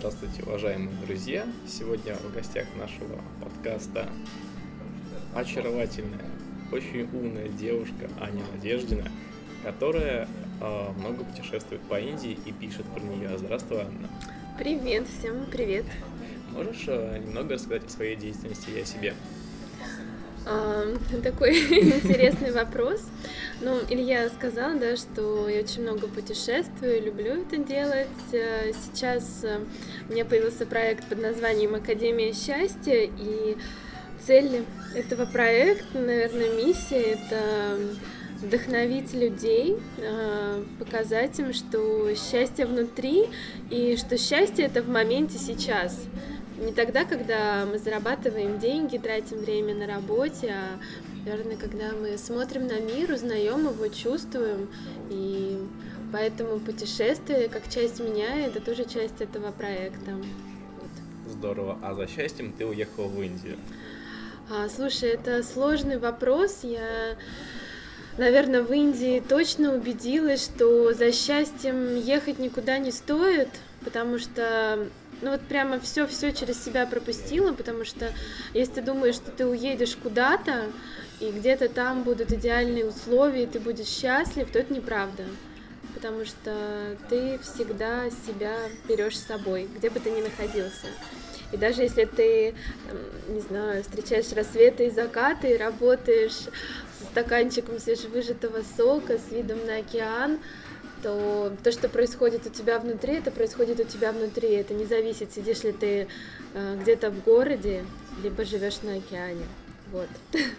Здравствуйте, уважаемые друзья! Сегодня в гостях нашего подкаста очаровательная, очень умная девушка Аня Надеждина, которая много путешествует по Индии и пишет про нее. Здравствуй, Анна! Привет, всем привет! Можешь немного рассказать о своей деятельности и о себе? Такой интересный вопрос. Илья сказал, да, что я очень много путешествую, люблю это делать. Сейчас у меня появился проект под названием «Академия счастья», и цель этого проекта, наверное, миссия — это вдохновить людей, показать им, что счастье внутри, и что счастье — это в моменте сейчас. Не тогда, когда мы зарабатываем деньги, тратим время на работе, а, наверное, когда мы смотрим на мир, узнаем его, чувствуем. И поэтому путешествие, как часть меня, это тоже часть этого проекта. Вот. Здорово. А за счастьем ты уехала в Индию? Слушай, это сложный вопрос. Я, наверное, в Индии точно убедилась, что за счастьем ехать никуда не стоит, потому что прямо все через себя пропустила, потому что если ты думаешь, что ты уедешь куда-то, и где-то там будут идеальные условия, и ты будешь счастлив, то это неправда. Потому что ты всегда себя берешь с собой, где бы ты ни находился. И даже если ты, не знаю, встречаешь рассветы и закаты, и работаешь со стаканчиком свежевыжатого сока, с видом на океан, то, что происходит у тебя внутри, это происходит у тебя внутри. Это не зависит, сидишь ли ты где-то в городе, либо живешь на океане. Вот.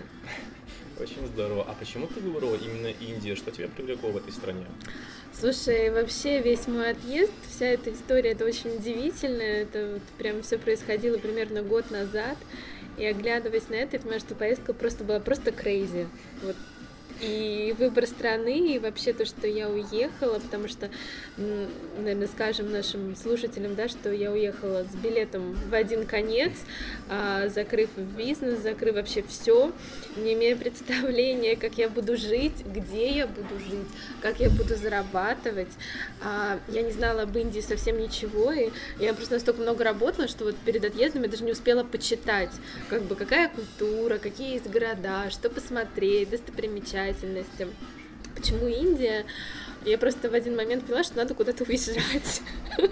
Очень здорово. А почему ты выбрала именно Индию? Что тебя привлекло в этой стране? Слушай, вообще весь мой отъезд, вся эта история, это очень удивительно. Это вот прям все происходило примерно год назад. И оглядываясь на это, я понимаю, что поездка была просто crazy. Вот. И выбор страны, и вообще то, что я уехала, потому что, наверное, скажем нашим слушателям, да, что я уехала с билетом в один конец, закрыв бизнес, закрыв вообще все, не имея представления, как я буду жить, где я буду жить, как я буду зарабатывать. Я не знала об Индии совсем ничего, и я просто настолько много работала, что вот перед отъездом я даже не успела почитать, какая культура, какие есть города, что посмотреть, достопримечательности. Почему Индия? Я просто в один момент поняла, что надо куда-то уезжать.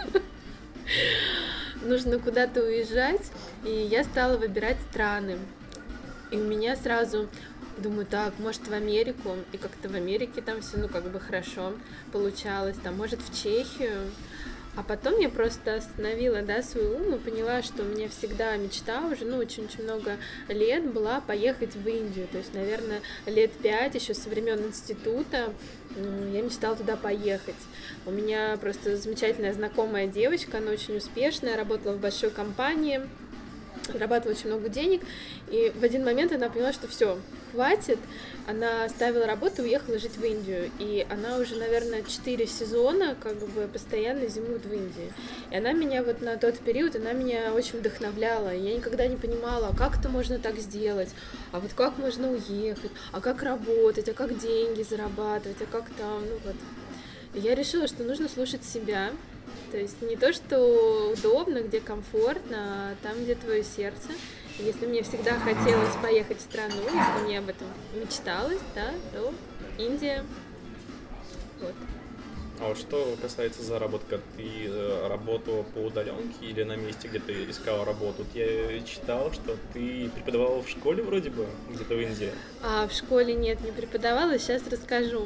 Нужно куда-то уезжать, и я стала выбирать страны. И у меня сразу, думаю, может в Америку, и как-то в Америке там все, хорошо получалось, может в Чехию. А потом я просто остановила, свой ум и поняла, что у меня всегда мечта уже, очень-очень много лет была поехать в Индию. То есть, наверное, лет 5 еще со времен института я мечтала туда поехать. У меня просто замечательная знакомая девочка, она очень успешная, работала в большой компании, зарабатывала очень много денег, и в один момент она поняла, что все, хватит, она оставила работу и уехала жить в Индию, и она уже, наверное, 4 сезона постоянно зимует в Индии, и она меня на тот период, она меня очень вдохновляла, и я никогда не понимала, как это можно так сделать, а вот как можно уехать, а как работать, а как деньги зарабатывать, а как там, И я решила, что нужно слушать себя. То есть не то, что удобно, где комфортно, а там, где твое сердце. И если мне всегда хотелось поехать в страну, если мне об этом мечталось, то Индия. Вот. А вот что касается заработка, ты работала по удаленке или на месте, где ты искала работу? Я читала, что ты преподавала в школе вроде бы, где-то в Индии. В школе нет, не преподавала, сейчас расскажу.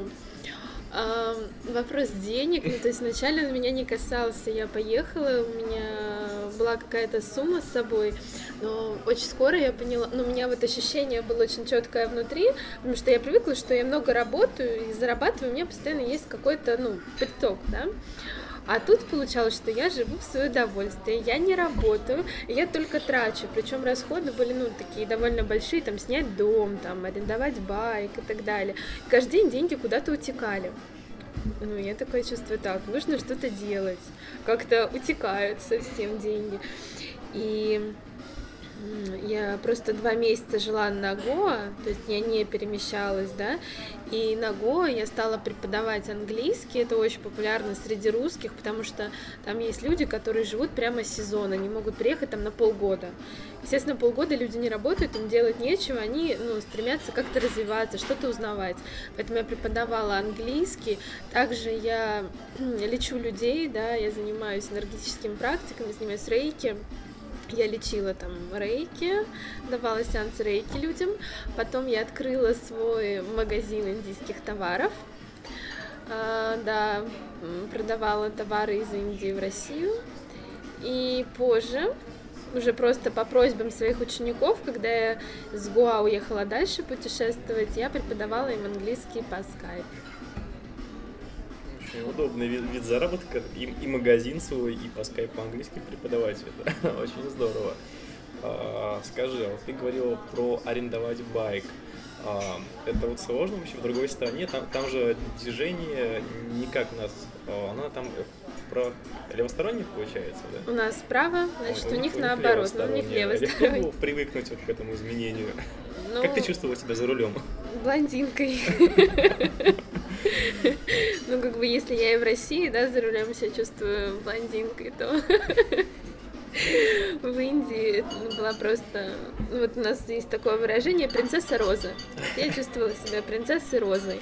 Вопрос денег, то есть вначале он меня не касался, я поехала, у меня была какая-то сумма с собой, но очень скоро я поняла, у меня ощущение было очень четкое внутри, потому что я привыкла, что я много работаю и зарабатываю, у меня постоянно есть какой-то, приток, да. А тут получалось, что я живу в свое удовольствие, я не работаю, я только трачу, причем расходы были, такие довольно большие, снять дом, арендовать байк и так далее. Каждый день деньги куда-то утекали. Я такое чувствую, нужно что-то делать, как-то утекают совсем деньги. И Я просто 2 месяца жила на Гоа, то есть я не перемещалась, да, и на Гоа я стала преподавать английский, это очень популярно среди русских, потому что там есть люди, которые живут прямо сезон, они могут приехать там на полгода. Естественно, полгода люди не работают, им делать нечего, они стремятся как-то развиваться, что-то узнавать. Поэтому я преподавала английский, также я лечу людей, да, я занимаюсь энергетическими практиками, занимаюсь рейки. Я лечила там рейки, давала сеанс рейки людям. Потом я открыла свой магазин индийских товаров. Да, продавала товары из Индии в Россию. И позже, уже просто по просьбам своих учеников, когда я с Гоа уехала дальше путешествовать, я преподавала им английский по скайпу. Очень удобный вид заработка, и магазин свой, и по скайпу по-английски преподавать, это очень здорово. Скажи, вот ты говорила про арендовать байк. Это вот сложно вообще в другой стране, там же движение не как у нас, она там левостороннее получается, да? У нас справа, значит, у них наоборот, у них левостороннее. Легко привыкнуть вот к этому изменению. Как ты чувствовала себя за рулем? Блондинкой. Если я и в России, да, за рулем себя чувствую блондинкой, то в Индии была просто... Вот у нас есть такое выражение «принцесса Роза». Я чувствовала себя принцессой Розой.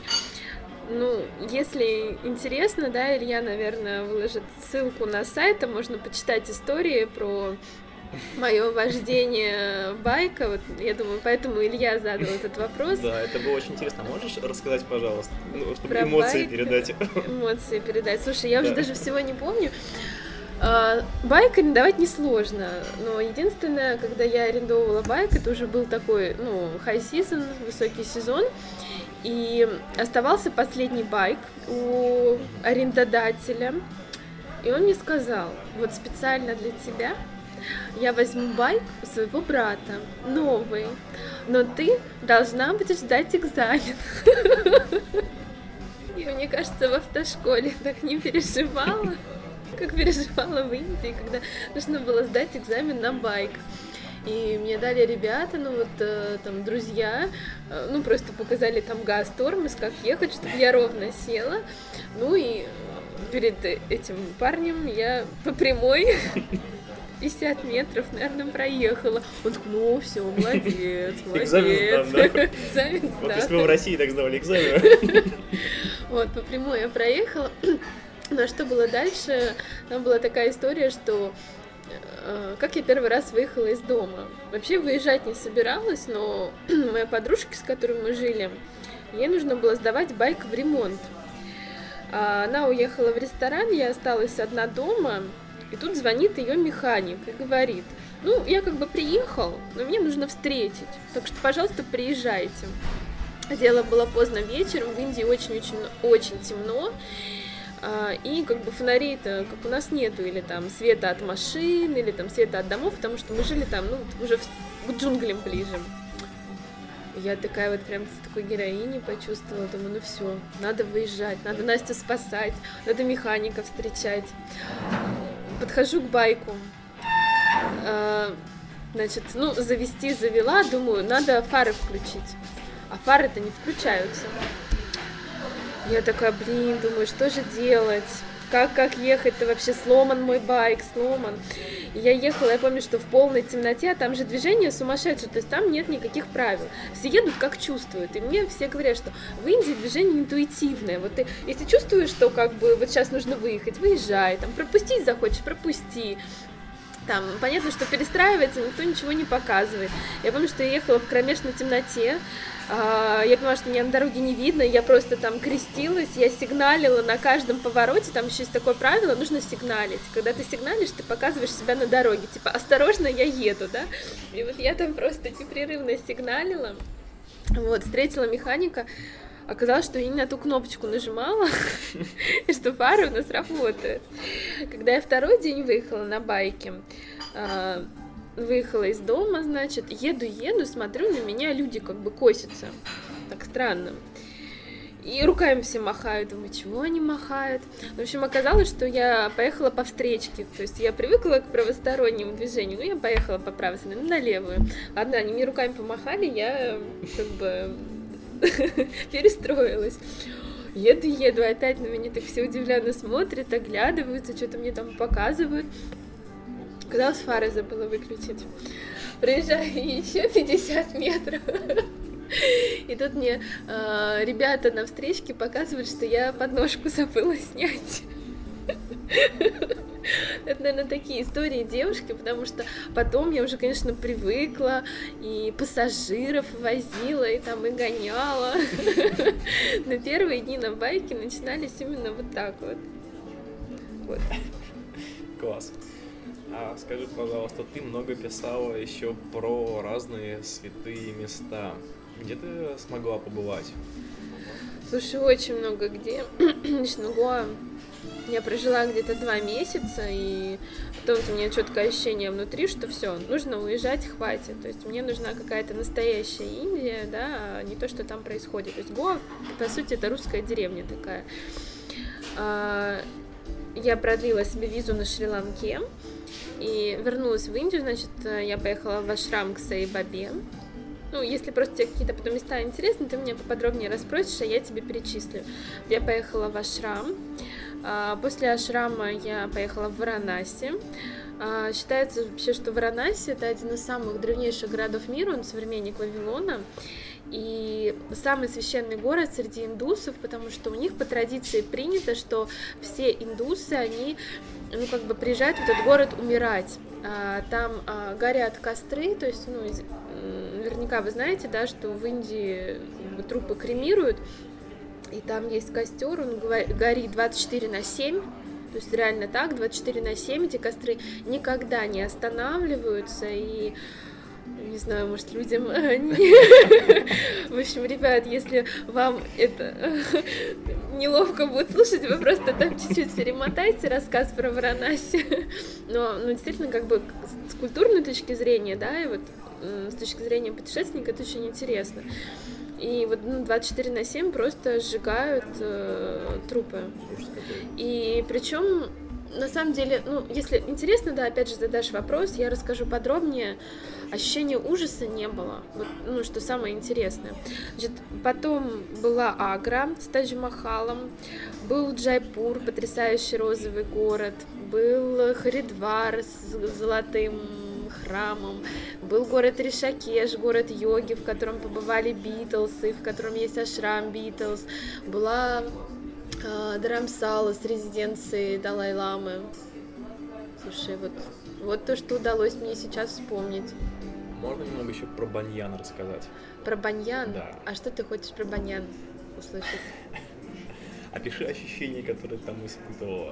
Если интересно, да, Илья, наверное, выложит ссылку на сайт, можно почитать истории про мое вождение байка, вот, я думаю, поэтому Илья задал этот вопрос. Да, это было очень интересно. Можешь рассказать, пожалуйста, чтобы про эмоции байк, передать? Эмоции передать. Слушай, я уже даже всего не помню. Байк арендовать несложно, но единственное, когда я арендовала байк, это уже был такой, high season, высокий сезон, и оставался последний байк у арендодателя, и он мне сказал: вот специально для тебя я возьму байк у своего брата, новый, но ты должна будешь сдать экзамен. И мне кажется, в автошколе так не переживала, как переживала в Индии, когда нужно было сдать экзамен на байк. И мне дали ребята, там друзья, просто показали там газ, тормоз, как ехать, чтобы я ровно села. И перед этим парнем я по прямой 50 метров, наверное, проехала. Он такой: все, молодец, молодец. Экзамен сдан, да? Экзамен сдан. Вот если бы в России так сдавали экзамен. Вот, по прямой я проехала. Но что было дальше? Там была такая история, что как я первый раз выехала из дома. Вообще выезжать не собиралась, но моя подружка, с которой мы жили, ей нужно было сдавать байк в ремонт. Она уехала в ресторан, я осталась одна дома, и тут звонит ее механик и говорит: я приехал, но мне нужно встретить, так что, пожалуйста, приезжайте. Дело было поздно вечером, в Индии очень-очень-очень темно, и фонарей-то, как у нас нету, или там света от машин, или там света от домов, потому что мы жили там, уже к джунглям ближе. Я такая вот прям такой героиней почувствовала, думаю, все, надо выезжать, надо Настю спасать, надо механика встречать. Подхожу к байку, завела, думаю, надо фары включить, а фары-то не включаются. Я такая, думаю, что же делать? Как ехать-то вообще? Сломан мой байк, сломан. И я ехала, я помню, что в полной темноте, а там же движение сумасшедшее, то есть там нет никаких правил. Все едут как чувствуют. И мне все говорят, что в Индии движение интуитивное. Вот ты, если чувствуешь, что вот сейчас нужно выехать, выезжай, там пропустить захочешь, пропусти. Там понятно, что перестраивается, никто ничего не показывает. Я помню, что я ехала в кромешной темноте, я поняла, что меня на дороге не видно, я просто там крестилась, я сигналила на каждом повороте, там еще есть такое правило, нужно сигналить. Когда ты сигналишь, ты показываешь себя на дороге, типа, осторожно, я еду, да? И вот я там просто непрерывно сигналила, встретила механика. Оказалось, что я не на ту кнопочку нажимала, и что фары у нас работают. Когда я второй день выехала на байке, выехала из дома, еду, смотрю, на меня люди косятся. Так странно. И руками все махают. Думаю, чего они махают? В общем, оказалось, что я поехала по встречке. То есть я привыкла к правостороннему движению, но я поехала по правой стороне, на левую. Ладно, они мне руками помахали, я как бы перестроилась. Еду, опять на меня так все удивленно смотрят, оглядываются, что-то мне там показывают. Казалось, фары забыла выключить. Проезжаю еще 50 метров. И тут мне ребята на встречке показывают, что я подножку забыла снять. Это, наверное, такие истории девушки, потому что потом я уже, конечно, привыкла, и пассажиров возила, и там и гоняла. Но первые дни на байке начинались именно вот так вот. Класс. А скажи, пожалуйста, ты много писала еще про разные святые места. Где ты смогла побывать? Слушай, очень много где. Конечно, Гоа. Я прожила где-то 2 месяца, и потом у меня четкое ощущение внутри, что все, нужно уезжать, хватит. То есть мне нужна какая-то настоящая Индия, да, а не то, что там происходит. То есть Гоа, по сути, это русская деревня такая. Я продлила себе визу на Шри-Ланке и вернулась в Индию, значит, я поехала в ашрам к Саи-Бабе. Ну, если просто тебе какие-то потом места интересны, ты меня поподробнее расспросишь, а я тебе перечислю. Я поехала в ашрам. После ашрама я поехала в Варанаси. Считается вообще, что Варанаси — это один из самых древнейших городов мира, он современник Вавилона. И самый священный город среди индусов, потому что у них по традиции принято, что все индусы, они, ну, как бы приезжают в этот город умирать. Там горят костры, то есть, ну, наверняка вы знаете, да, что в Индии трупы кремируют, и там есть костер, он горит 24/7, то есть реально так, 24/7 эти костры никогда не останавливаются, и не знаю, может, людям... В общем, ребят, если вам это неловко будет слушать, вы просто там чуть-чуть перемотайте рассказ про Варанаси. Но действительно, как бы с культурной точки зрения, да, и вот с точки зрения путешественника это очень интересно. И вот 24/7 просто сжигают трупы. И причем, на самом деле, ну, если интересно, да, опять же, задашь вопрос, я расскажу подробнее. Ощущения ужаса не было, вот, ну, что самое интересное. Значит, потом была Агра с Тадж-Махалом, был Джайпур, потрясающий розовый город, был Харидвар с золотым храмом, был город Ришикеш, город йоги, в котором побывали Битлсы, в котором есть ашрам Битлз, была Dharamsala с резиденцией Далай-ламы. Слушай, вот то, что удалось мне сейчас вспомнить. Можно немного еще про Баньян рассказать? Про Баньян? Да. А что ты хочешь про Баньян услышать? Опиши ощущения, которые ты там испытывала.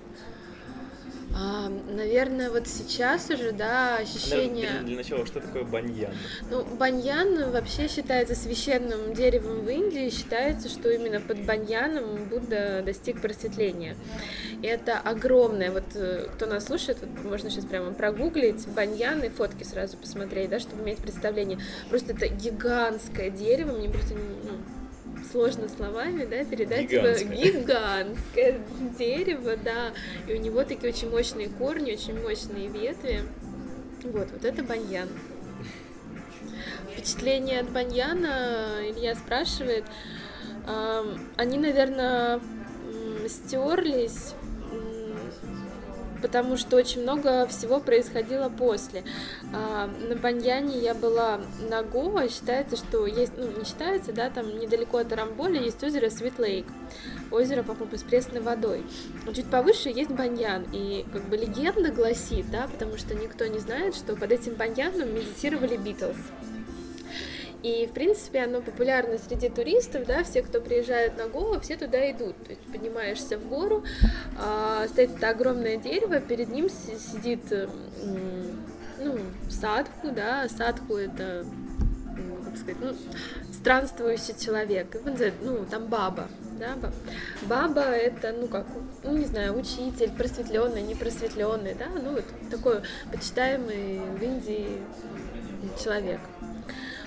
Наверное, вот сейчас уже, да, ощущение... Для начала, что такое баньян? Ну, баньян вообще считается священным деревом в Индии. Считается, что именно под баньяном Будда достиг просветления. И это огромное, вот кто нас слушает, вот можно сейчас прямо прогуглить баньян и фотки сразу посмотреть, да, чтобы иметь представление. Просто это гигантское дерево, мне просто сложно словами, да, передать гигантское дерево, да, и у него такие очень мощные корни, очень мощные ветви. Вот это баньян. Впечатление от баньяна, Илья спрашивает, они, наверное, стерлись, потому что очень много всего происходило после. На Баньяне я была на Гоа, считается, что есть, ну, не считается, да, там недалеко от Рамболя есть озеро Свит Лейк, озеро, по-моему, с пресной водой. Чуть повыше есть Баньян, и как бы легенда гласит, да, потому что никто не знает, что под этим Баньяном медитировали Битлз. И, в принципе, оно популярно среди туристов, да, все, кто приезжает на Гоа, все туда идут. То есть поднимаешься в гору, стоит это огромное дерево, перед ним сидит, ну, садху, да, садху это, как сказать, ну, странствующий человек, ну, там баба, да, баба это, ну, как, ну, не знаю, учитель, просветленный, непросветленный, да, ну, вот такой почитаемый в Индии человек.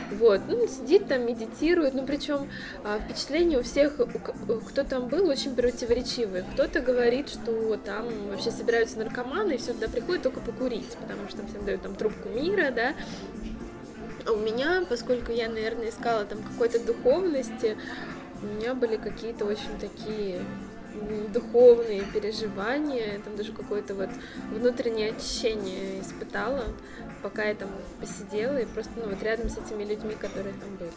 Вот, ну, сидит там, медитирует, ну, причем впечатления у всех, кто там был, очень противоречивые. Кто-то говорит, что там вообще собираются наркоманы, и все туда приходят только покурить, потому что всем дают там трубку мира, да. А у меня, поскольку я, наверное, искала там какой-то духовности, у меня были какие-то очень такие духовные переживания, там даже какое-то вот внутреннее очищение испытала, пока я там посидела и просто, ну, вот рядом с этими людьми, которые там были.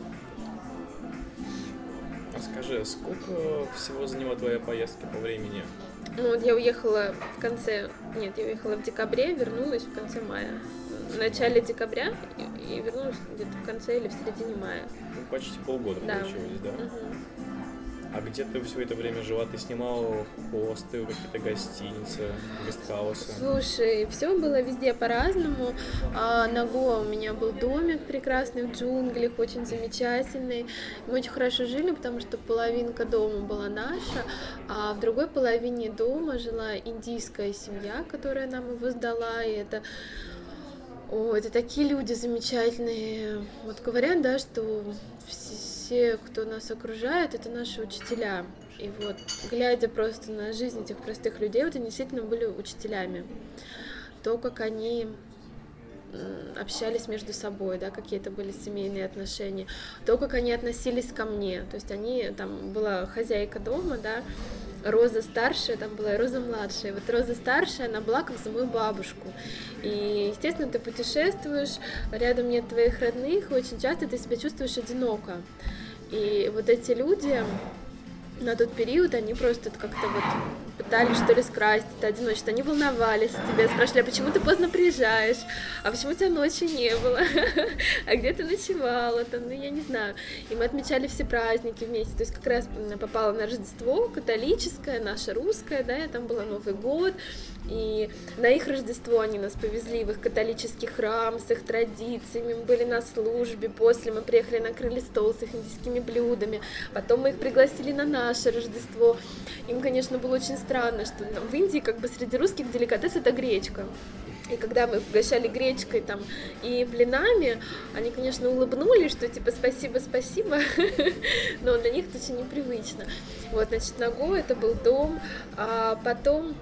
А скажи, сколько всего заняла твоя поездка по времени? Ну, вот я уехала я уехала в декабре, вернулась в конце мая. В начале декабря и вернулась где-то в конце или в середине мая. Ну, почти полгода получилось, да? Угу. А где ты все это время жила? Ты снимала хосты, какие-то гостиницы, гестхаусы? Слушай, все было везде по-разному. На Гоа у меня был домик прекрасный в джунглях, очень замечательный. Мы очень хорошо жили, потому что половинка дома была наша, а в другой половине дома жила индийская семья, которая нам его сдала, и это такие люди замечательные. Вот говорят, да, что все, кто нас окружает, это наши учителя. И вот, глядя просто на жизнь этих простых людей, вот они действительно были учителями. То, как они общались между собой, да, какие-то были семейные отношения, то, как они относились ко мне. То есть там была хозяйка дома, да, Роза старшая, там была и Роза младшая. Вот Роза старшая, она была как за мою бабушку. И, естественно, ты путешествуешь, рядом нет твоих родных, и очень часто ты себя чувствуешь одиноко. И вот эти люди на тот период, они просто как-то вот пытались, что ли, скрасить это одиночество. Они волновались о тебе, спрашивали, а почему ты поздно приезжаешь? А почему тебя ночи не было? А где ты ночевала? Там, ну, я не знаю. И мы отмечали все праздники вместе. То есть как раз попала на Рождество католическое, наше русское, да, и там был Новый год. И на их Рождество они нас повезли в их католический храм с их традициями. Мы были на службе. После мы приехали, накрыли стол с их индийскими блюдами. Потом мы их пригласили на наше Рождество. Им, конечно, было очень странно, что в Индии как бы среди русских деликатес это гречка. И когда мы угощали гречкой там и блинами, они, конечно, улыбнулись, что типа спасибо, но для них это очень непривычно. Вот, значит, на Гоа это был дом, а потом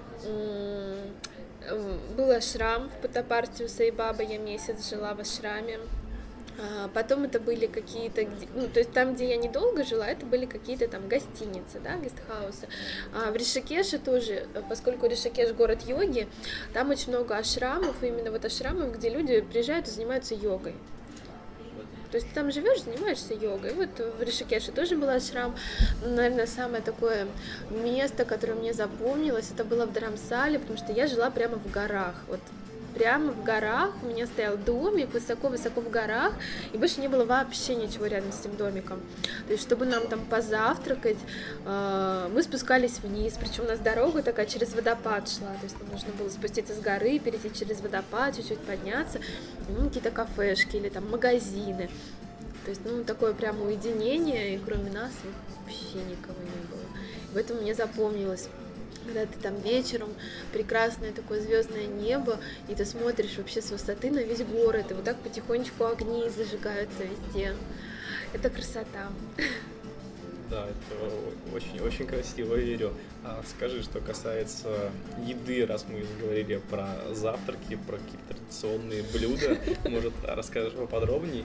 был ашрам в Паттапарте у Саи-Бабы, я месяц жила в ашраме. Потом это были какие-то, ну, то есть там, где я недолго жила, это были какие-то там гостиницы, да, гестхаусы. В Ришикеше тоже, поскольку Ришикеш город йоги, там очень много ашрамов, именно вот ашрамов, где люди приезжают и занимаются йогой. То есть ты там живешь, занимаешься йогой. Вот в Ришикеше тоже был ашрам. Наверное, самое такое место, которое мне запомнилось, это было в Dharamsala, потому что я жила прямо в горах. Вот прямо в горах, у меня стоял домик высоко-высоко в горах, и больше не было вообще ничего рядом с этим домиком. То есть, чтобы нам там позавтракать, мы спускались вниз, причем у нас дорога такая через водопад шла, то есть нам нужно было спуститься с горы, перейти через водопад, чуть-чуть подняться, ну, какие-то кафешки или там магазины. То есть, ну, такое прямо уединение, и кроме нас вообще никого не было. В этом мне запомнилось. Когда ты там вечером, прекрасное такое звездное небо, и ты смотришь вообще с высоты на весь город, и вот так потихонечку огни зажигаются везде. Это красота. Да, это очень красиво, верю. А скажи, что касается еды, раз мы говорили про завтраки, про какие-то традиционные блюда, может, расскажешь поподробнее?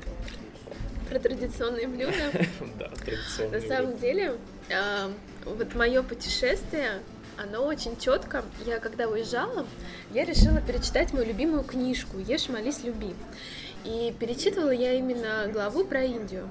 Про традиционные блюда? Да, традиционные блюда. На самом деле, вот мое путешествие, оно очень четко. Я когда уезжала, я решила перечитать мою любимую книжку «Ешь, молись, люби». И перечитывала я именно главу про Индию.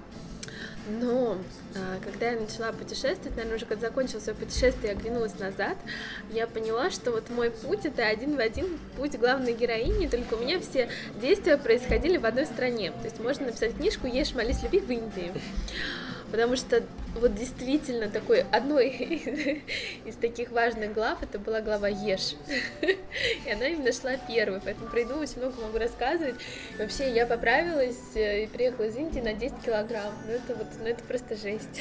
Но когда я начала путешествовать, наверное, уже когда закончилось свое путешествие, я оглянулась назад, я поняла, что вот мой путь — это один в один путь главной героини, только у меня все действия происходили в одной стране. То есть можно написать книжку «Ешь, молись, люби» в Индии. Потому что вот действительно одной из таких важных глав это была глава «Ешь». И она именно шла первой, поэтому про еду очень много могу рассказывать. И вообще я поправилась и приехала из Индии на 10 килограмм. Ну это просто жесть.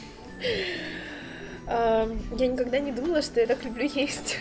Я никогда не думала, что я так люблю есть.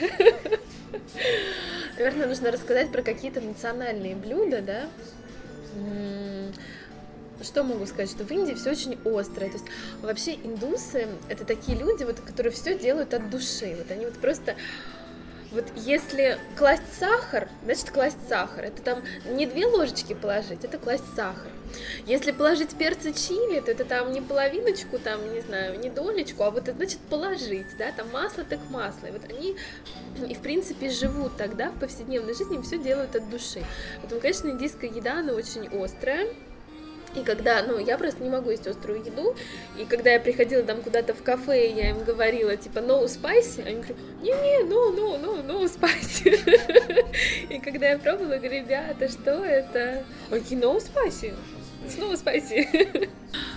Наверное, нужно рассказать про какие-то национальные блюда, да? что могу сказать, что в Индии все очень острое. То есть вообще индусы — это такие люди, вот, которые все делают от души. Вот они вот просто... Вот если класть сахар, значит класть сахар. Это там не 2 ложечки положить, это класть сахар. Если положить перца чили, то это там не половиночку, там, не знаю, не долечку, а вот это значит положить, да, там масло так масло. И вот они, и в принципе, живут тогда в повседневной жизни, все делают от души. Поэтому, конечно, индийская еда, она очень острая. И когда, я просто не могу есть острую еду, и когда я приходила там куда-то в кафе, я им говорила, типа, no spicy, они говорят, не-не, no spicy. И когда я пробовала, я говорю, ребята, что это? Окей, no spicy, it's no spicy.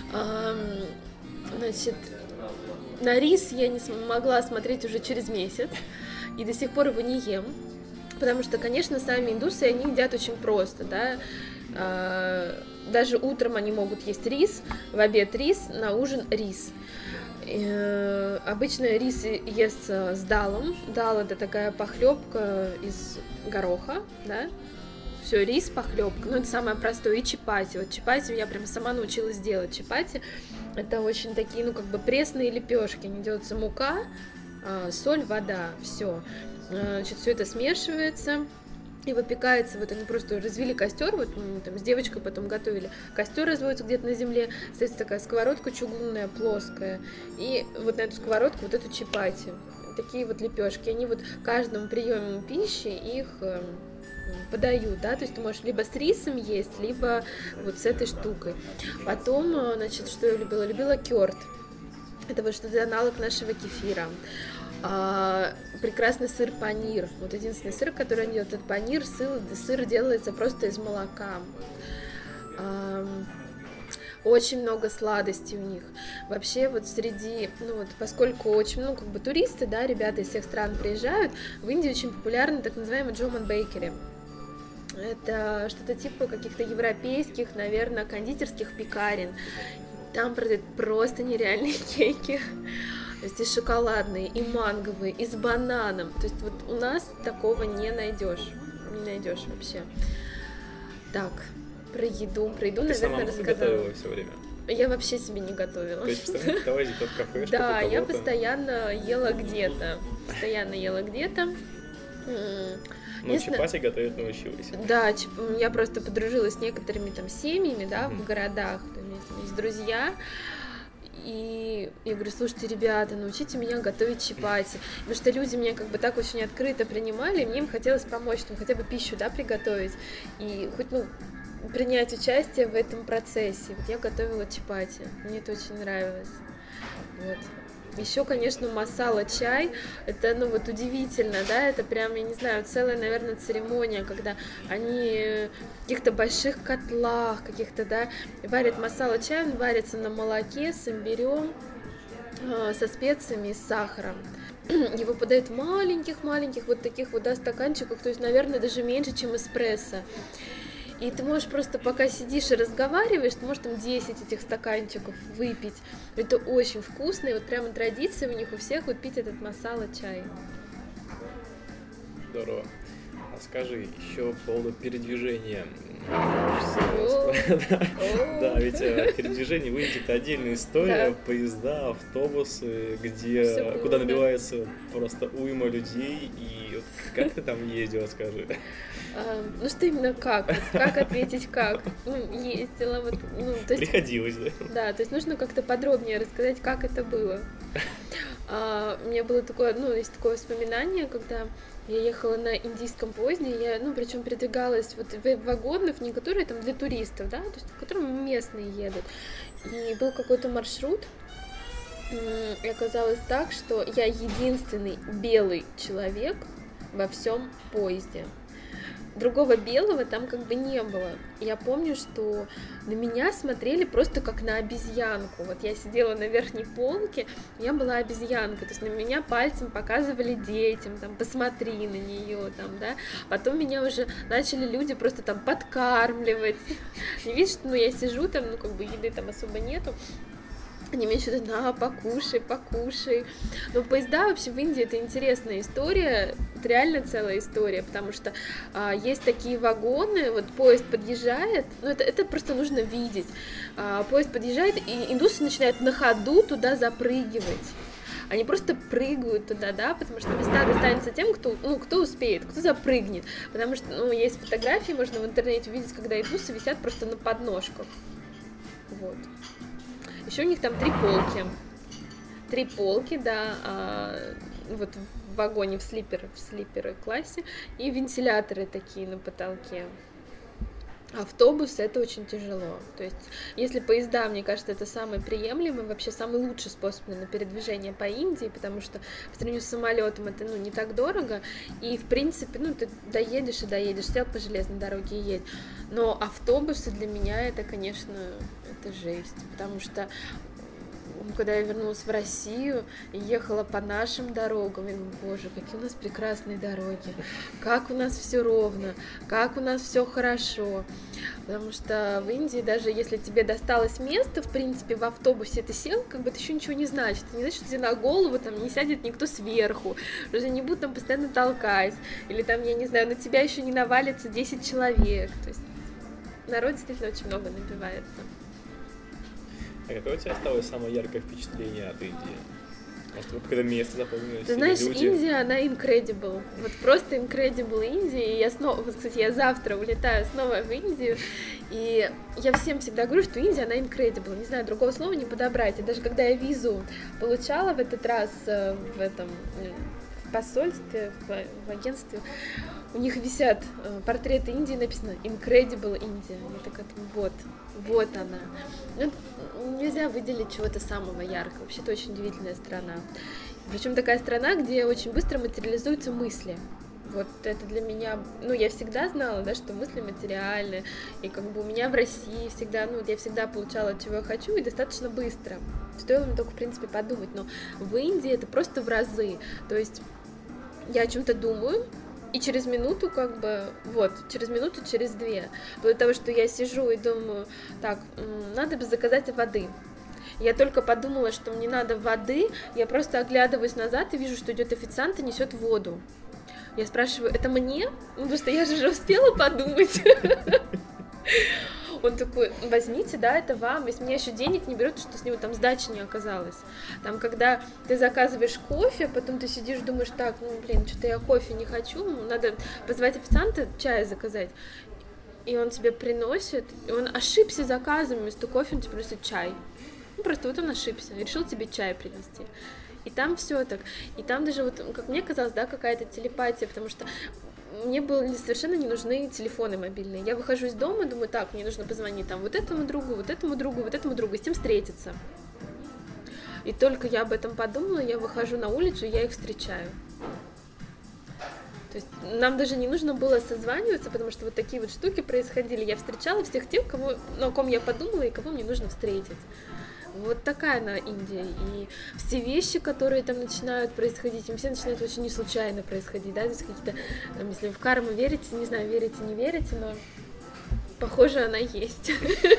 Значит, на рис я не смогла смотреть уже через месяц, и до сих пор его не ем, потому что, конечно, сами индусы, они едят очень просто, да. Даже утром они могут есть рис, в обед рис, на ужин рис. Обычно рис ест с далом. Дал — это такая похлебка из гороха, да. Все, рис, похлебка, это самое простое. И чапати. Вот чапати я прям сама научилась делать. Чапати — это очень такие, пресные лепешки. Они делаются мука, соль, вода, все. Значит, все это смешивается и выпекается. Вот они просто развели костер, вот мы там с девочкой потом готовили. Костер разводится где-то на земле, стоит такая сковородка чугунная, плоская, и вот на эту сковородку вот эту чапати. Такие вот лепешки. Они вот каждому приему пищи их подают, да, то есть ты можешь либо с рисом есть, либо вот с этой штукой. Потом, значит, что я любила? Любила кёрд. Это вот что-то аналог нашего кефира. Прекрасный сыр панир. Вот единственный сыр, который они делают, это панир. Сыр делается просто из молока. Очень много сладостей у них. Вообще вот среди, поскольку очень, туристы, да, ребята из всех стран приезжают, в Индии очень популярны так называемые джоман бейкери. Это что-то типа каких-то европейских, наверное, кондитерских пекарен. Там продают просто нереальные кейки. То есть и шоколадные, и манговые, и с бананом. То есть вот у нас такого не найдешь. Не найдешь вообще. Так, про еду, наверное, рассказала. Ты готовила все время? Я вообще себе не готовила. То есть постоянно давайте в кафешку. Да, я постоянно ела где-то. Чапати готовить научилась. Да, я просто подружилась с некоторыми там семьями, да, в городах, там есть друзья. И я говорю, слушайте, ребята, научите меня готовить чапати. Потому что люди меня как бы так очень открыто принимали, и мне им хотелось помочь, там, хотя бы пищу, да, приготовить. И хоть, принять участие в этом процессе. Вот я готовила чапати, мне это очень нравилось. Вот. Еще, конечно, масала чай, это, удивительно, да, это прям, я не знаю, целая, наверное, церемония, когда они в каких-то больших котлах, каких-то, да, варят масала чай, он варится на молоке с имбирем, со специями и с сахаром. Его подают в маленьких вот таких вот, да, стаканчиках, то есть, наверное, даже меньше, чем эспрессо. И ты можешь просто, пока сидишь и разговариваешь, ты можешь там 10 этих стаканчиков выпить. Это очень вкусно, и вот прямо традиция у них у всех вот пить этот масала чай. Здорово. А скажи, еще по поводу передвижения. Да, ведь передвижение выйдет это отдельная история, поезда, автобусы, куда набивается просто уйма людей, и вот как ты там ездила, скажи? Что именно как? Как ответить как? Ездила вот, то есть... Приходилось, да? Да, то есть нужно как-то подробнее рассказать, как это было. У меня было такое, есть такое воспоминание, когда я ехала на индийском поезде, я, причем передвигалась вот в вагонах, не которые там для туристов, да, то есть в котором местные едут. И был какой-то маршрут, и оказалось так, что я единственный белый человек во всем поезде. Другого белого там как бы не было. Я помню, что на меня смотрели просто как на обезьянку. Вот я сидела на верхней полке, я была обезьянкой, то есть на меня пальцем показывали детям, там, посмотри на нее, там, да. Потом меня уже начали люди просто там подкармливать. Не видишь, что я сижу там, еды там особо нету. Они мне что-то, на, покушай, покушай. Но поезда вообще в Индии это интересная история, это реально целая история, потому что есть такие вагоны, вот поезд подъезжает, ну это просто нужно видеть. Поезд подъезжает, и индусы начинают на ходу туда запрыгивать. Они просто прыгают туда, да, потому что места достанется тем, кто успеет, кто запрыгнет. Потому что, есть фотографии, можно в интернете увидеть, когда индусы висят просто на подножках. Вот. Еще у них там 3 полки. 3 полки, да, вот в вагоне, в слиперы классе, и вентиляторы такие на потолке. Автобус — это очень тяжело. То есть, если поезда, мне кажется, это самый приемлемый, вообще самый лучший способ на передвижение по Индии, потому что по сравнению с самолетом это не так дорого, и в принципе, ты доедешь, сел по железной дороге и едь. Но автобусы для меня это, конечно, это жесть, потому что когда я вернулась в Россию и ехала по нашим дорогам, я думаю, боже, какие у нас прекрасные дороги, как у нас все ровно, как у нас все хорошо. Потому что в Индии, даже если тебе досталось место, в принципе, в автобусе ты сел, как бы это еще ничего не значит. Это не значит, что тебе на голову там не сядет никто сверху, что тебя не будут там постоянно толкать, или там, я не знаю, на тебя еще не навалится 10 человек. То есть народ действительно очень много набивается. А какое у тебя осталось самое яркое впечатление от Индии? Может, вы когда место запомнилось? Ты знаешь, люди? Индия, она incredible. Вот просто incredible Индия. И я снова, вот, кстати, я завтра улетаю снова в Индию. И я всем всегда говорю, что Индия, она incredible. Не знаю, другого слова не подобрать. И даже когда я визу получала в этот раз в посольстве, в агентстве, у них висят портреты Индии, написано Incredible India. Я такая, вот она. Нельзя выделить чего-то самого яркого. Вообще, это очень удивительная страна. Причем такая страна, где очень быстро материализуются мысли. Вот это для меня, я всегда знала, да, что мысли материальны, и как бы у меня в России всегда, я всегда получала, чего я хочу, и достаточно быстро. Стоило мне только, в принципе, подумать, но в Индии это просто в разы. То есть я о чем-то думаю, и через минуту, через 2, вплоть до того, что я сижу и думаю, так, надо бы заказать воды. Я только подумала, что мне надо воды, я просто оглядываюсь назад и вижу, что идет официант и несет воду. Я спрашиваю, это мне? Потому что я же уже успела подумать. Он такой, возьмите, да, это вам. Если меня еще денег не берет, что с него там сдачи не оказалось. Там, когда ты заказываешь кофе, потом ты сидишь, думаешь, так, что-то я кофе не хочу, надо позвать официанта, чай заказать. И он тебе приносит, и он ошибся заказом, вместо кофе он тебе приносит чай. Просто вот он ошибся, решил тебе чай принести. И там все так. И там даже, как мне казалось, да, какая-то телепатия, потому что мне совершенно не нужны телефоны мобильные. Я выхожу из дома, думаю, так, мне нужно позвонить там вот этому другу, и с тем встретиться. И только я об этом подумала, я выхожу на улицу, и я их встречаю. То есть нам даже не нужно было созваниваться, потому что вот такие вот штуки происходили. Я встречала всех тех, о ком я подумала и кого мне нужно встретить. Вот такая она Индия. И все вещи, которые там начинают происходить, им все начинают очень не случайно происходить, да, то есть какие-то, если в карму верите, не знаю, верите, не верите, но похоже, она есть.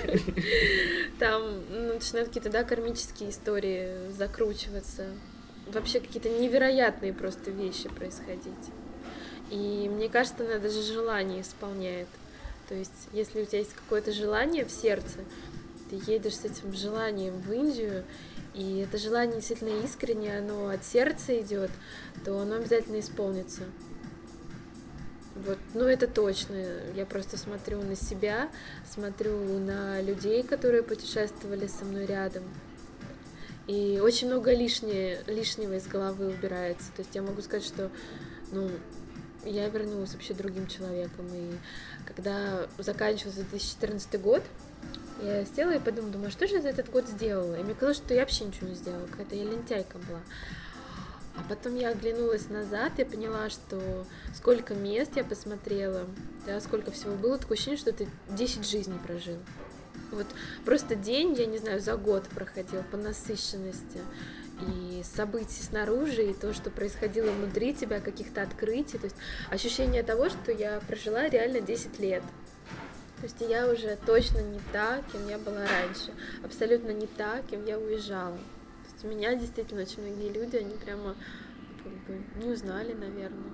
Там начинают какие-то, да, кармические истории закручиваться. Вообще какие-то невероятные просто вещи происходить. И мне кажется, она даже желание исполняет. То есть, если у тебя есть какое-то желание в сердце, ты едешь с этим желанием в Индию, и это желание действительно искреннее, оно от сердца идет, то оно обязательно исполнится. Вот, это точно. Я просто смотрю на себя, смотрю на людей, которые путешествовали со мной рядом, и очень много лишнего из головы убирается. То есть я могу сказать, что, я вернулась вообще другим человеком. И когда заканчивался 2014 год, я села и думаю, что же я за этот год сделала? И мне казалось, что я вообще ничего не сделала, какая-то я лентяйка была. А потом я оглянулась назад и поняла, что сколько мест я посмотрела, да, сколько всего было, такое ощущение, что ты 10 жизней прожил. Вот просто день, я не знаю, за год проходил по насыщенности. И событий снаружи, и то, что происходило внутри тебя, каких-то открытий. То есть ощущение того, что я прожила реально 10 лет. То есть я уже точно не та, кем я была раньше, абсолютно не та, кем я уезжала. То есть меня действительно очень многие люди, они прямо как бы не узнали, наверное.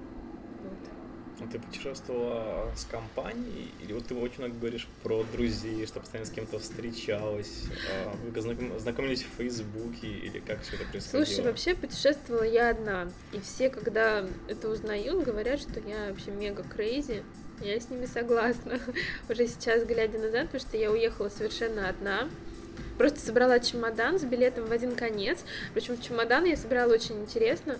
Вот. Ты путешествовала с компанией, или вот ты очень много говоришь про друзей, что постоянно с кем-то встречалась, вы знакомились в Фейсбуке, или как все это происходило? Слушай, вообще путешествовала я одна, и все, когда это узнают, говорят, что я вообще мега крейзи. Я с ними согласна. Уже сейчас, глядя назад, потому что я уехала совершенно одна. Просто собрала чемодан с билетом в один конец. Причем чемодан я собирала очень интересно.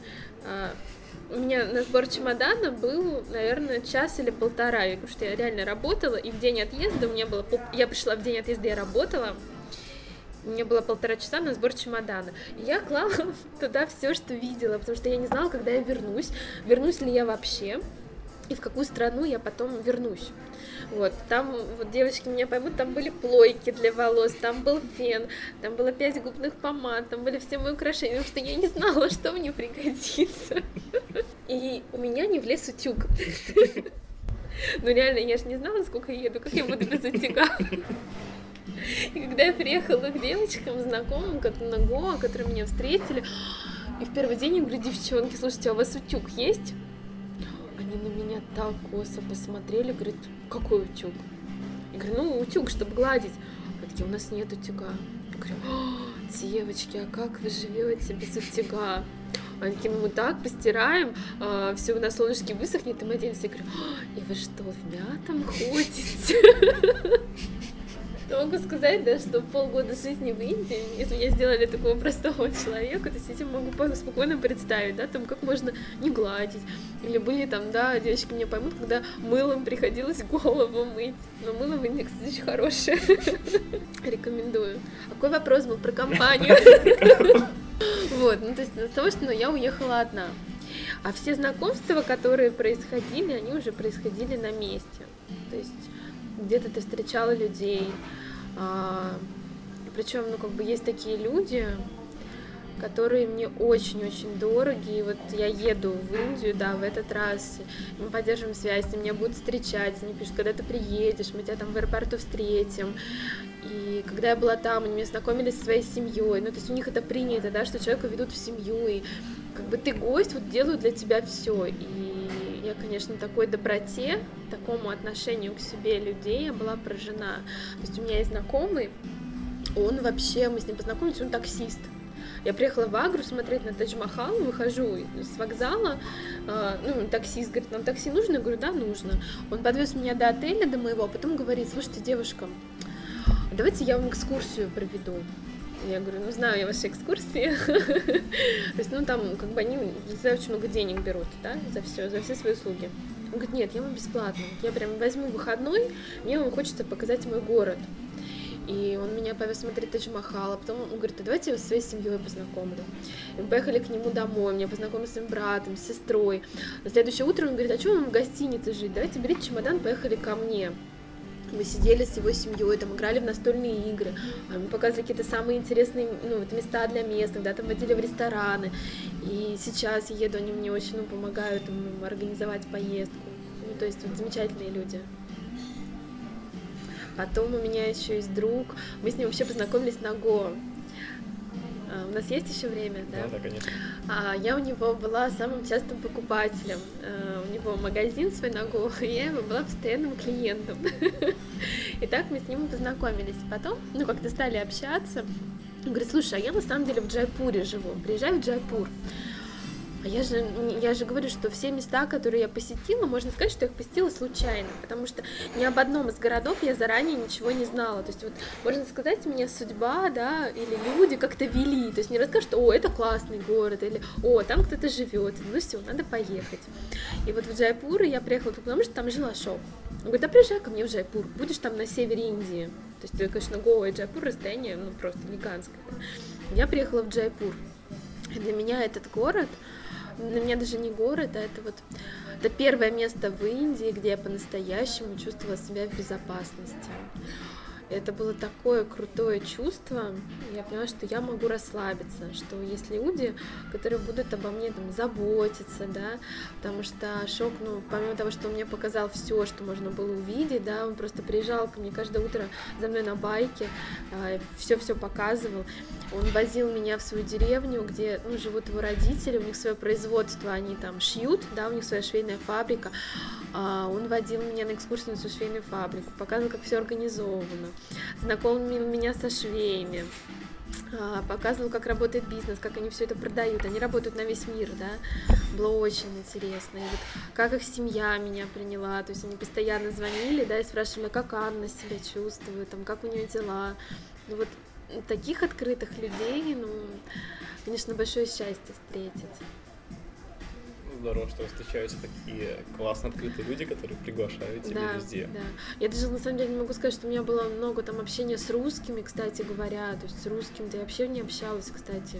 У меня на сбор чемодана был, наверное, час или полтора, потому что я реально работала, и в день отъезда у меня было... Я пришла в день отъезда, я работала, у меня было 1,5 часа на сбор чемодана. И я клала туда все, что видела, потому что я не знала, когда я вернусь ли я вообще, и в какую страну я потом вернусь. Вот, там, вот девочки меня поймут, там были плойки для волос, там был фен, там было 5 губных помад, там были все мои украшения, потому что я не знала, что мне пригодится. И у меня не влез утюг. Ну реально, я же не знала, сколько я еду, как я буду без утюга. И когда я приехала к девочкам, знакомым, на Гоа, которые меня встретили, и в первый день я говорю: девчонки, слушайте, а у вас утюг есть? Они на меня так косо посмотрели, говорят: какой утюг? Я говорю: ну, утюг, чтобы гладить. Они такие: у нас нет утюга. Я говорю: девочки, а как вы живете без утюга? Они такие: мы так постираем, все на солнышке высохнет, и мы оденемся. Я говорю: и вы что, в мятом ходите? Я могу сказать, да, что полгода жизни в Индии, если меня сделали такого простого человека, то с этим могу спокойно представить, да, там, как можно не гладить. Или были там, да, девочки меня поймут, когда мылом приходилось голову мыть. Но мыло в Индии, кстати, очень хорошее. Рекомендую. Какой вопрос был про компанию? Вот, ну, то есть из-за того, что я уехала одна. А все знакомства, которые происходили, они уже происходили на месте. То есть где-то ты встречала людей, причем, ну, как бы есть такие люди, которые мне очень-очень дороги, и вот я еду в Индию, да, в этот раз, мы поддерживаем связь, они меня будут встречать, они пишут: когда ты приедешь, мы тебя там в аэропорту встретим, и когда я была там, они меня знакомили со своей семьей, ну, то есть у них это принято, да, что человека ведут в семью, и как бы ты гость, вот делают для тебя все, и я, конечно, такой доброте, такому отношению к себе людей я была поражена. То есть у меня есть знакомый, он вообще, мы с ним познакомились, он таксист. Я приехала в Агру смотреть на Тадж-Махал, выхожу с вокзала, ну, таксист говорит: нам такси нужно? Я говорю: да, нужно. Он подвез меня до отеля, до моего, а потом говорит: слушайте, девушка, давайте я вам экскурсию проведу. Я говорю: ну, знаю я ваши экскурсии. То есть, ну, там, как бы они, не знаю, очень много денег берут, да, за все свои услуги. Он говорит: нет, я вам бесплатно. Я прям возьму выходной, мне вам хочется показать мой город. И он меня повез смотреть Тадж-Махал, а потом он говорит: а давайте я вас со своей семьей познакомлю. И мы поехали к нему домой, меня познакомили с своим братом, с сестрой. На следующее утро он говорит: а что вам в гостинице жить? Давайте берите чемодан, поехали ко мне. Мы сидели с его семьей, там играли в настольные игры, мы показывали какие-то самые интересные, ну, вот места для местных, да, там водили в рестораны. И сейчас я еду, они мне очень, ну, помогают организовать поездку. Ну, то есть вот замечательные люди. Потом у меня еще есть друг, мы с ним вообще познакомились на Гоа. У нас есть еще время, да? Да, конечно. Я у него была самым частым покупателем. У него магазин свой на Гоа, и я его была постоянным клиентом. И так мы с ним познакомились. Потом, ну, как-то стали общаться. Он говорит: слушай, а я на самом деле в Джайпуре живу, приезжай в Джайпур. А я же говорю, что все места, которые я посетила, можно сказать, что я их посетила случайно, потому что ни об одном из городов я заранее ничего не знала. То есть вот, можно сказать, меня судьба, да, или люди как-то вели. То есть не расскажут, что: о, это классный город, или: о, там кто-то живет, ну все, надо поехать. И вот в Джайпур я приехала, потому что там жил Ашок. Он говорит: да приезжай ко мне в Джайпур, будешь там на севере Индии. То есть, конечно, Гоа и Джайпур расстояние, ну, просто гигантское. Я приехала в Джайпур. И для меня этот город, для меня даже не город, а это первое место в Индии, где я по-настоящему чувствовала себя в безопасности. Это было такое крутое чувство. Я поняла, что я могу расслабиться, что есть люди, которые будут обо мне там заботиться, да, потому что Шок, ну, помимо того, что он мне показал все, что можно было увидеть, да, он просто приезжал ко мне каждое утро за мной на байке, все показывал. Он возил меня в свою деревню, где, ну, живут его родители, у них свое производство, они там шьют, да, у них своя швейная фабрика. Он водил меня на экскурсию на свою швейную фабрику, показывал, как все организовано, знакомил меня со швеями, показывал, как работает бизнес, как они все это продают. Они работают на весь мир, да. Было очень интересно. И вот как их семья меня приняла, то есть они постоянно звонили, да, и спрашивали, как Анна себя чувствует, там, как у нее дела. Ну вот таких открытых людей, ну, конечно, большое счастье встретить. Здорово, что встречаются такие классно открытые люди, которые приглашают тебя везде. Да. Я даже на самом деле не могу сказать, что у меня было много там общения с русскими, кстати говоря. То есть с русским-то я вообще не общалась, кстати.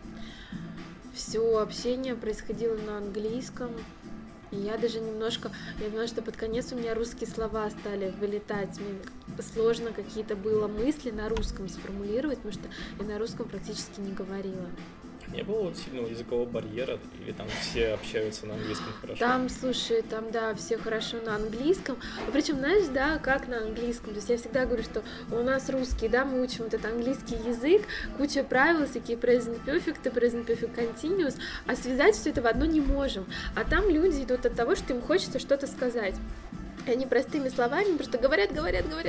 Все общение происходило на английском. И я даже немножко, я поняла, что под конец у меня русские слова стали вылетать. Мне сложно какие-то было мысли на русском сформулировать, потому что я на русском практически не говорила. Не было вот сильного языкового барьера, или там все общаются на английском хорошо? Там, слушай, там, да, все хорошо на английском. Причем, знаешь, да, как на английском. То есть я всегда говорю, что у нас русский, да, мы учим вот этот английский язык, куча правил, всякие present perfect, present perfect continuous, а связать все это в одно не можем. А там люди идут от того, что им хочется что-то сказать. И они простыми словами просто говорят, то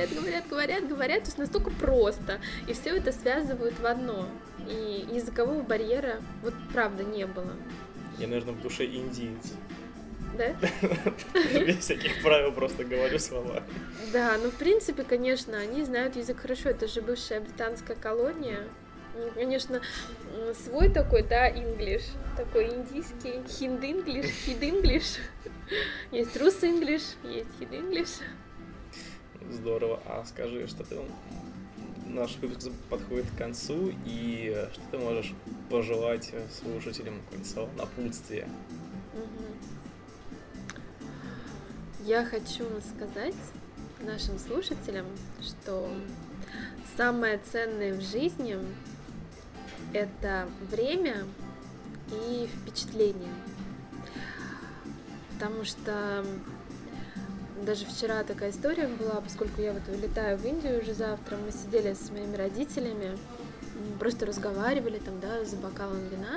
есть настолько просто, и все это связывают в одно. И языкового барьера вот правда не было. Я, наверное, в душе индиец. Да? Без всяких правил просто говорю слова. Да, ну в принципе, конечно, они знают язык хорошо, это же бывшая британская колония. Конечно, свой такой, да, English, такой индийский, Hind-English. Есть Рус-English, есть Hind-English. Здорово. А скажи, что ты... Наш выпуск подходит к концу, и что ты можешь пожелать слушателям, какое-то слово напутствие? Я хочу сказать нашим слушателям, что самое ценное в жизни — это время и впечатление. Потому что даже вчера такая история была, поскольку я вот вылетаю в Индию уже завтра, мы сидели с моими родителями, просто разговаривали там, да, за бокалом вина,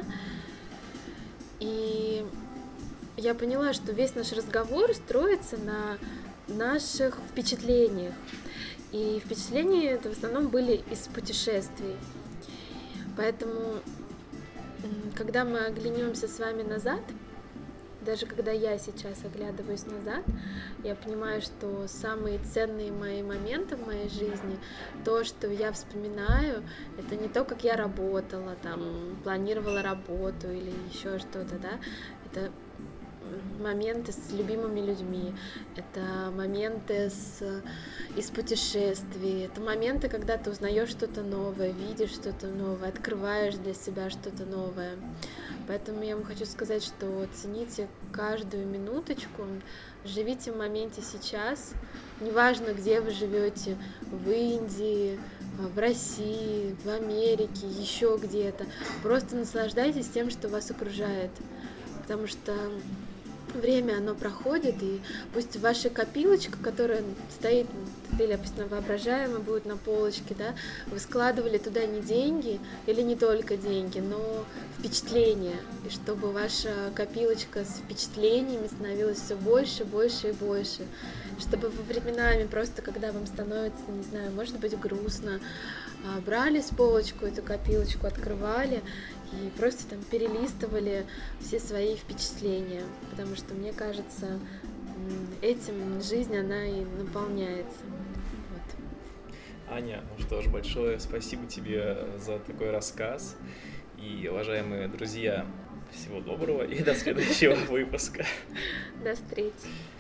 и я поняла, что весь наш разговор строится на наших впечатлениях, и впечатления это в основном были из путешествий, поэтому, когда мы оглянемся с вами назад, даже когда я сейчас оглядываюсь назад, я понимаю, что самые ценные мои моменты в моей жизни, то, что я вспоминаю, это не то, как я работала, там, планировала работу или еще что-то, да, это моменты с любимыми людьми, это моменты из путешествий, это моменты, когда ты узнаешь что-то новое, видишь что-то новое, открываешь для себя что-то новое. Поэтому я вам хочу сказать, что цените каждую минуточку, живите в моменте сейчас, неважно, где вы живете, в Индии, в России, в Америке, еще где-то, просто наслаждайтесь тем, что вас окружает, потому что время, оно проходит, и пусть ваша копилочка, которая стоит, или, допустим, воображаемо будет на полочке, да, вы складывали туда не деньги или не только деньги, но впечатления, и чтобы ваша копилочка с впечатлениями становилась все больше, больше и больше, чтобы вы временами просто, когда вам становится, не знаю, может быть, грустно, брали с полочку эту копилочку, открывали и просто там перелистывали все свои впечатления, потому что, мне кажется, этим жизнь, она и наполняется. Вот. Аня, ну что ж, большое спасибо тебе за такой рассказ. И, уважаемые друзья, всего доброго и до следующего выпуска. До встречи.